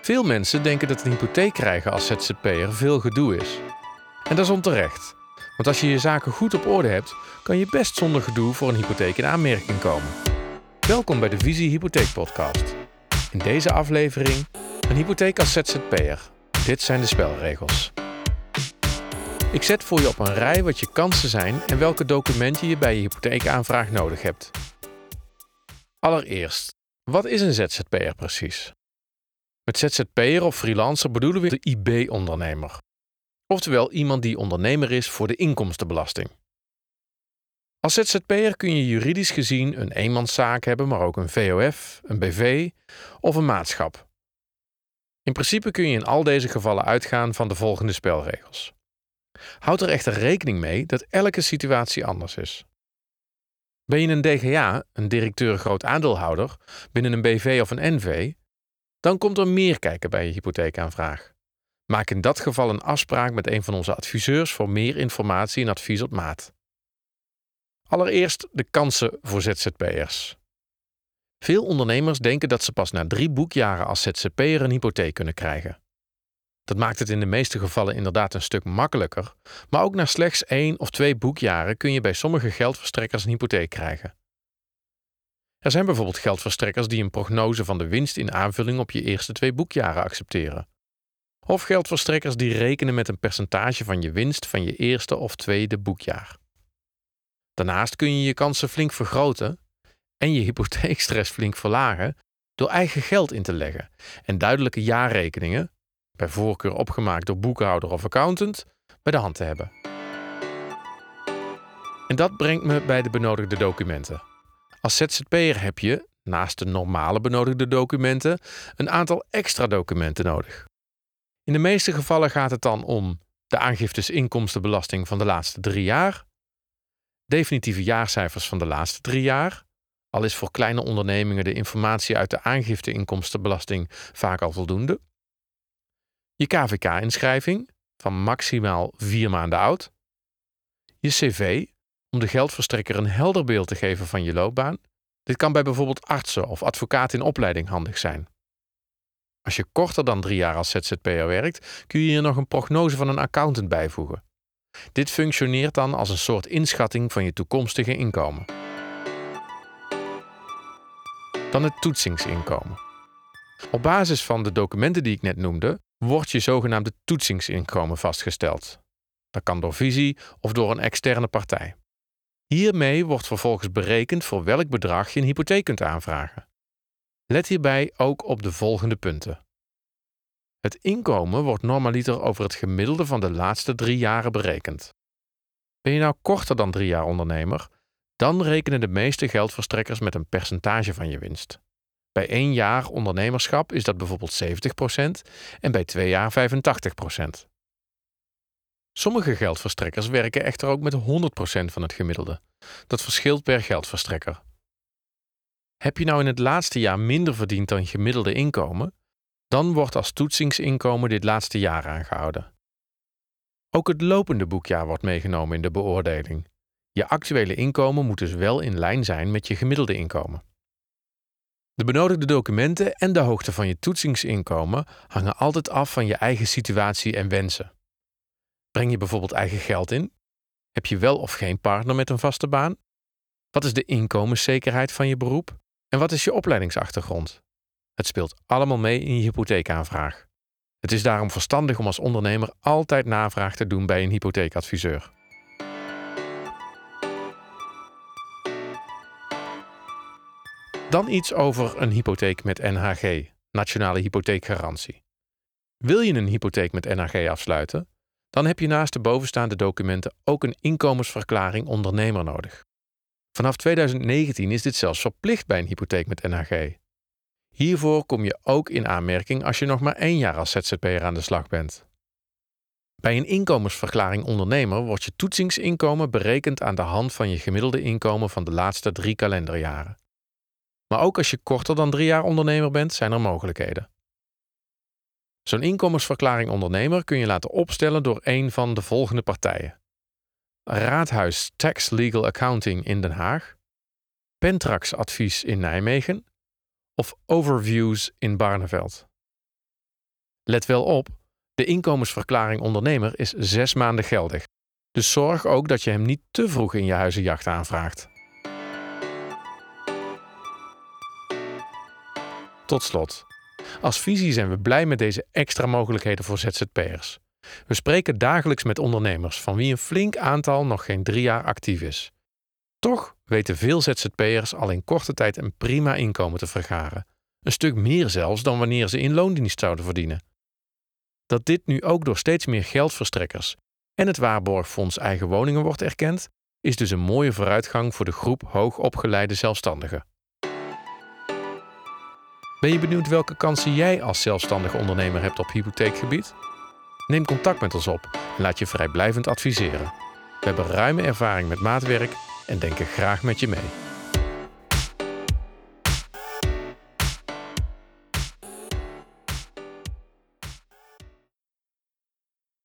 Veel mensen denken dat een hypotheek krijgen als ZZP'er veel gedoe is. En dat is onterecht. Want als je je zaken goed op orde hebt, kan je best zonder gedoe voor een hypotheek in aanmerking komen. Welkom bij de Visie Hypotheek Podcast. In deze aflevering een hypotheek als ZZP'er. Dit zijn de spelregels. Ik zet voor je op een rij wat je kansen zijn en welke documenten je bij je hypotheekaanvraag nodig hebt. Allereerst, wat is een ZZP'er precies? Met ZZP'er of freelancer bedoelen we de IB-ondernemer. Oftewel iemand die ondernemer is voor de inkomstenbelasting. Als ZZP'er kun je juridisch gezien een eenmanszaak hebben, maar ook een VOF, een BV of een maatschap. In principe kun je in al deze gevallen uitgaan van de volgende spelregels. Houd er echter rekening mee dat elke situatie anders is. Ben je een DGA, een directeur groot aandeelhouder, binnen een BV of een NV, dan komt er meer kijken bij je hypotheekaanvraag. Maak in dat geval een afspraak met een van onze adviseurs voor meer informatie en advies op maat. Allereerst de kansen voor ZZP'ers. Veel ondernemers denken dat ze pas na 3 boekjaren als ZZP'er een hypotheek kunnen krijgen. Dat maakt het in de meeste gevallen inderdaad een stuk makkelijker, maar ook na slechts 1 of 2 boekjaren kun je bij sommige geldverstrekkers een hypotheek krijgen. Er zijn bijvoorbeeld geldverstrekkers die een prognose van de winst in aanvulling op je eerste 2 boekjaren accepteren. Of geldverstrekkers die rekenen met een percentage van je winst van je eerste of tweede boekjaar. Daarnaast kun je je kansen flink vergroten en je hypotheekstress flink verlagen door eigen geld in te leggen en duidelijke jaarrekeningen, bij voorkeur opgemaakt door boekhouder of accountant, bij de hand te hebben. En dat brengt me bij de benodigde documenten. Als ZZP'er heb je, naast de normale benodigde documenten, een aantal extra documenten nodig. In de meeste gevallen gaat het dan om de aangiftes inkomstenbelasting van de laatste 3 jaar, definitieve jaarcijfers van de laatste 3 jaar, al is voor kleine ondernemingen de informatie uit de aangifte inkomstenbelasting vaak al voldoende, je KVK-inschrijving van maximaal 4 maanden oud, je cv om de geldverstrekker een helder beeld te geven van je loopbaan. Dit kan bij bijvoorbeeld artsen of advocaten in opleiding handig zijn. Als je korter dan 3 jaar als ZZP'er werkt, kun je hier nog een prognose van een accountant bijvoegen. Dit functioneert dan als een soort inschatting van je toekomstige inkomen. Dan het toetsingsinkomen. Op basis van de documenten die ik net noemde, wordt je zogenaamde toetsingsinkomen vastgesteld. Dat kan door visie of door een externe partij. Hiermee wordt vervolgens berekend voor welk bedrag je een hypotheek kunt aanvragen. Let hierbij ook op de volgende punten. Het inkomen wordt normaliter over het gemiddelde van de laatste 3 jaren berekend. Ben je nou korter dan 3 jaar ondernemer, dan rekenen de meeste geldverstrekkers met een percentage van je winst. Bij 1 jaar ondernemerschap is dat bijvoorbeeld 70% en bij 2 jaar 85%. Sommige geldverstrekkers werken echter ook met 100% van het gemiddelde. Dat verschilt per geldverstrekker. Heb je nou in het laatste jaar minder verdiend dan gemiddelde inkomen, dan wordt als toetsingsinkomen dit laatste jaar aangehouden. Ook het lopende boekjaar wordt meegenomen in de beoordeling. Je actuele inkomen moet dus wel in lijn zijn met je gemiddelde inkomen. De benodigde documenten en de hoogte van je toetsingsinkomen hangen altijd af van je eigen situatie en wensen. Breng je bijvoorbeeld eigen geld in? Heb je wel of geen partner met een vaste baan? Wat is de inkomenszekerheid van je beroep? En wat is je opleidingsachtergrond? Het speelt allemaal mee in je hypotheekaanvraag. Het is daarom verstandig om als ondernemer altijd navraag te doen bij een hypotheekadviseur. Dan iets over een hypotheek met NHG, Nationale Hypotheekgarantie. Wil je een hypotheek met NHG afsluiten, dan heb je naast de bovenstaande documenten ook een inkomensverklaring ondernemer nodig. Vanaf 2019 is dit zelfs verplicht bij een hypotheek met NHG. Hiervoor kom je ook in aanmerking als je nog maar 1 jaar als ZZP'er aan de slag bent. Bij een inkomensverklaring ondernemer wordt je toetsingsinkomen berekend aan de hand van je gemiddelde inkomen van de laatste 3 kalenderjaren. Maar ook als je korter dan 3 jaar ondernemer bent, zijn er mogelijkheden. Zo'n inkomensverklaring ondernemer kun je laten opstellen door een van de volgende partijen: Raadhuis Tax Legal Accounting in Den Haag, Pentrax Advies in Nijmegen of Overviews in Barneveld. Let wel op, de inkomensverklaring ondernemer is 6 maanden geldig. Dus zorg ook dat je hem niet te vroeg in je huizenjacht aanvraagt. Tot slot. Als Visie zijn we blij met deze extra mogelijkheden voor ZZP'ers. We spreken dagelijks met ondernemers van wie een flink aantal nog geen 3 jaar actief is. Toch weten veel ZZP'ers al in korte tijd een prima inkomen te vergaren. Een stuk meer zelfs dan wanneer ze in loondienst zouden verdienen. Dat dit nu ook door steeds meer geldverstrekkers en het Waarborgfonds Eigen Woningen wordt erkend, is dus een mooie vooruitgang voor de groep hoogopgeleide zelfstandigen. Ben je benieuwd welke kansen jij als zelfstandige ondernemer hebt op hypotheekgebied? Neem contact met ons op en laat je vrijblijvend adviseren. We hebben ruime ervaring met maatwerk en denken graag met je mee.